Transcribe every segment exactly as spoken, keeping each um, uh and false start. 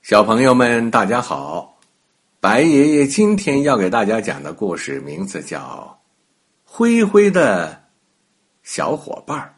小朋友们大家好，白爷爷今天要给大家讲的故事名字叫灰灰的小伙伴。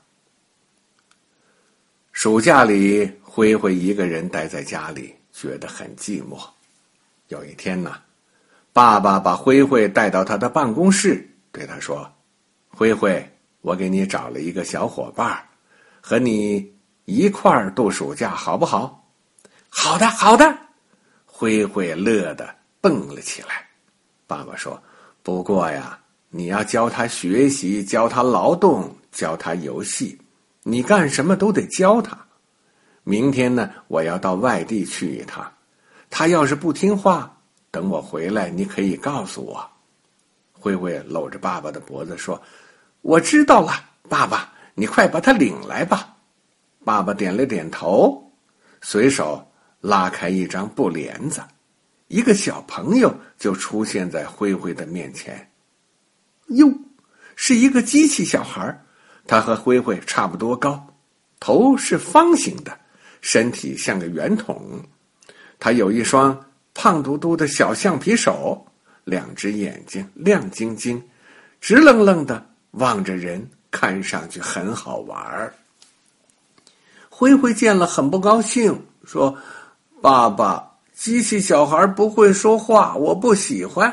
暑假里，灰灰一个人待在家里，觉得很寂寞。有一天呢，爸爸把灰灰带到他的办公室，对他说：灰灰，我给你找了一个小伙伴，和你一块儿度暑假好不好？好的好的，灰灰乐得蹦了起来。爸爸说：不过呀，你要教他学习，教他劳动，教他游戏，你干什么都得教他。明天呢，我要到外地去一趟，他要是不听话，等我回来你可以告诉我。灰灰搂着爸爸的脖子说：我知道了，爸爸，你快把他领来吧。爸爸点了点头，随手拉开一张布帘子，一个小朋友就出现在灰灰的面前。哟，是一个机器小孩，他和灰灰差不多高，头是方形的，身体像个圆筒。他有一双胖嘟嘟的小橡皮手，两只眼睛亮晶晶，直愣愣的望着人，看上去很好玩。灰灰见了很不高兴，说：爸爸，机器小孩不会说话，我不喜欢。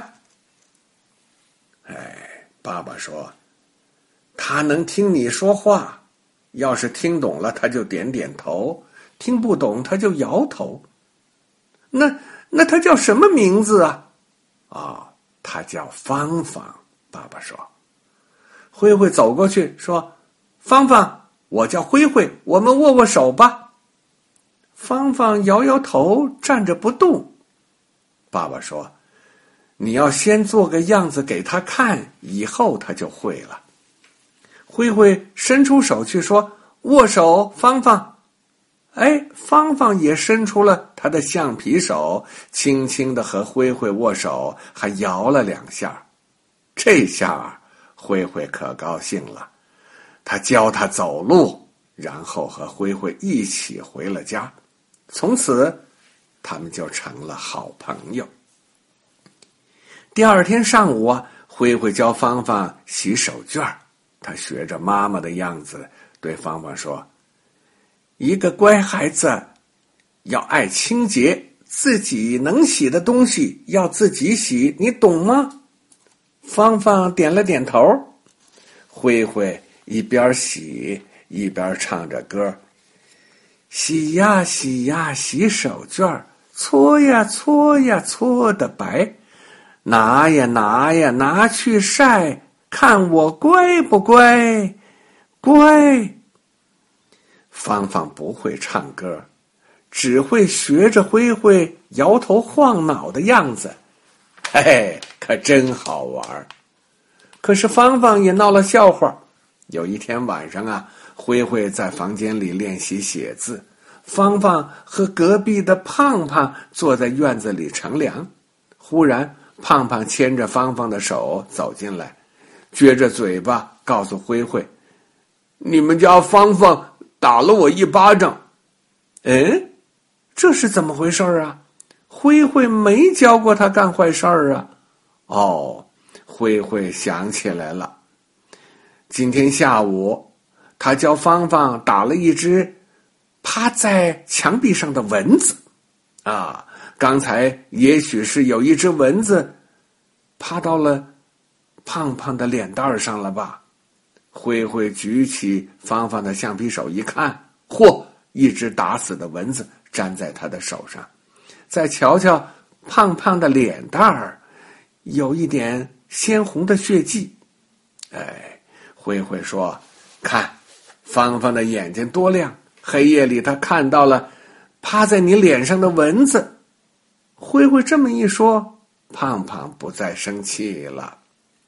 哎，爸爸说：他能听你说话，要是听懂了他就点点头，听不懂他就摇头。那那他叫什么名字啊？哦，他叫芳芳。爸爸说。灰灰走过去说：芳芳，我叫灰灰，我们握握手吧。芳芳摇摇头，站着不动。爸爸说：你要先做个样子给他看，以后他就会了。灰灰伸出手去说：握手，芳芳。哎，芳芳也伸出了他的橡皮手，轻轻地和灰灰握手，还摇了两下。这下灰灰可高兴了，他教他走路，然后和灰灰一起回了家。从此他们就成了好朋友。第二天上午啊，灰灰教芳芳洗手绢，他学着妈妈的样子对芳芳说：一个乖孩子要爱清洁，自己能洗的东西要自己洗，你懂吗？芳芳点了点头。灰灰一边洗一边唱着歌：洗呀洗呀洗手绢，搓呀搓呀搓得白，拿呀拿呀拿去晒，看我乖不乖？乖。芳芳不会唱歌，只会学着灰灰摇头晃脑的样子，嘿嘿，可真好玩。可是芳芳也闹了笑话。有一天晚上啊，灰灰在房间里练习写字，芳芳和隔壁的胖胖坐在院子里乘凉。忽然胖胖牵着芳芳的手走进来，撅着嘴巴告诉灰灰：你们家芳芳打了我一巴掌。嗯，这是怎么回事啊？灰灰没教过他干坏事儿啊。哦，灰灰想起来了，今天下午他教芳芳打了一只趴在墙壁上的蚊子啊，刚才也许是有一只蚊子趴到了胖胖的脸蛋上了吧。灰灰举起芳芳的橡皮手一看，嚯，一只打死的蚊子粘在他的手上。再瞧瞧胖胖的脸蛋儿，有一点鲜红的血迹。哎，灰灰说：看，芳芳的眼睛多亮，黑夜里他看到了趴在你脸上的蚊子。灰灰这么一说，胖胖不再生气了。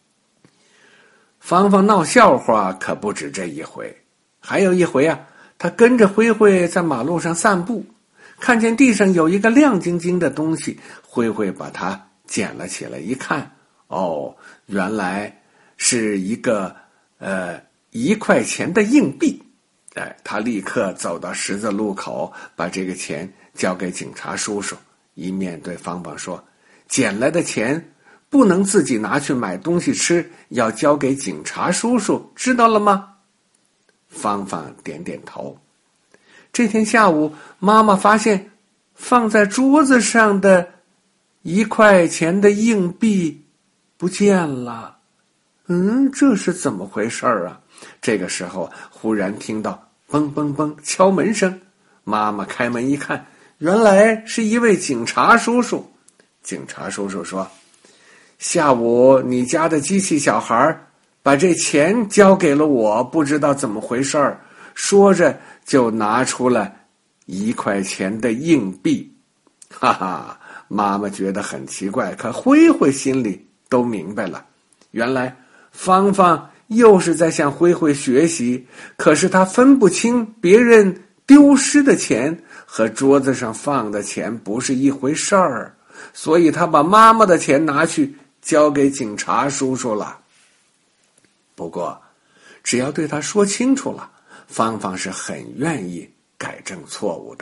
芳芳闹笑话可不止这一回，还有一回啊，他跟着灰灰在马路上散步，看见地上有一个亮晶晶的东西，灰灰把它捡了起来，一看，哦，原来是一个呃一块钱的硬币。哎，他立刻走到十字路口，把这个钱交给警察叔叔，一面对芳芳说，捡来的钱不能自己拿去买东西吃，要交给警察叔叔，知道了吗？芳芳点点头。这天下午，妈妈发现放在桌子上的一块钱的硬币不见了。嗯，这是怎么回事啊？这个时候忽然听到嘣嘣嘣敲门声，妈妈开门一看，原来是一位警察叔叔。警察叔叔说，下午你家的机器小孩把这钱交给了我，不知道怎么回事儿，说着就拿出了一块钱的硬币。哈哈，妈妈觉得很奇怪，可灰灰心里都明白了，原来芳芳又是在向灰灰学习，可是她分不清别人丢失的钱和桌子上放的钱不是一回事儿，所以她把妈妈的钱拿去交给警察叔叔了。不过只要对她说清楚了，芳芳是很愿意改正错误的。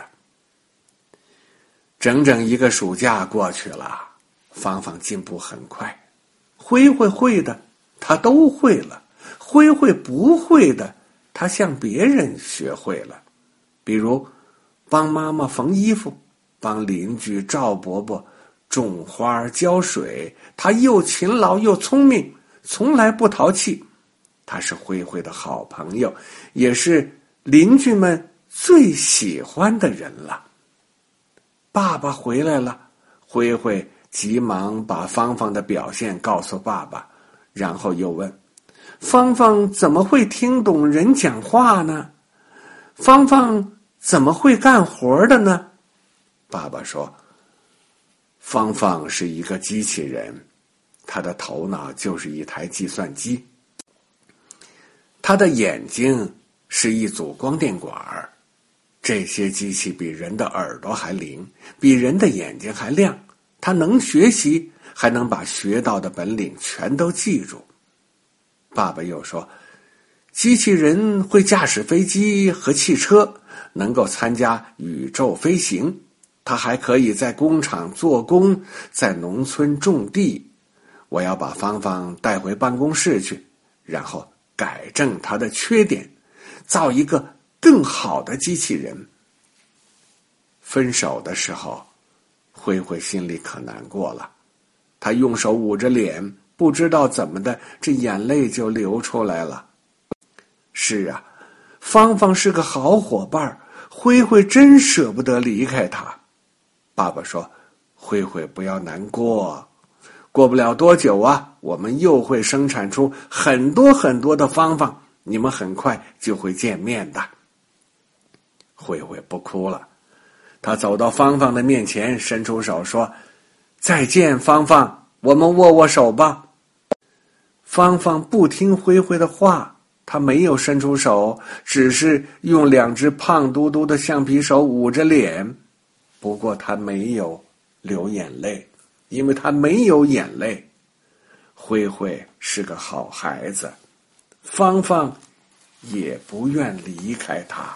整整一个暑假过去了，芳芳进步很快，灰灰会的她都会了，灰灰不会的她向别人学会了。比如帮妈妈缝衣服，帮邻居赵伯伯种花浇水，她又勤劳又聪明，从来不淘气。她是灰灰的好朋友，也是邻居们最喜欢的人了。爸爸回来了，灰灰急忙把芳芳的表现告诉爸爸，然后又问，芳芳怎么会听懂人讲话呢？芳芳怎么会干活的呢？爸爸说，芳芳是一个机器人，她的头脑就是一台计算机，她的眼睛是一组光电管，这些机器比人的耳朵还灵，比人的眼睛还亮，它能学习，还能把学到的本领全都记住。爸爸又说，机器人会驾驶飞机和汽车，能够参加宇宙飞行，它还可以在工厂做工，在农村种地。我要把芳芳带回办公室去，然后改正她的缺点，造一个更好的机器人。分手的时候，灰灰心里可难过了，他用手捂着脸，不知道怎么的，这眼泪就流出来了。是啊，芳芳是个好伙伴，灰灰真舍不得离开他。爸爸说，灰灰不要难过，过不了多久啊，我们又会生产出很多很多的芳芳，你们很快就会见面的。灰灰不哭了，他走到芳芳的面前，伸出手说，再见芳芳，我们握握手吧。芳芳不听灰灰的话，她没有伸出手，只是用两只胖嘟嘟的橡皮手捂着脸。不过她没有流眼泪，因为她没有眼泪。灰灰是个好孩子，芳芳也不愿离开他。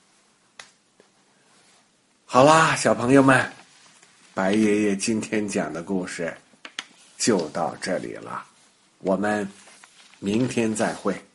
好啦，小朋友们，白爷爷今天讲的故事就到这里了，我们明天再会。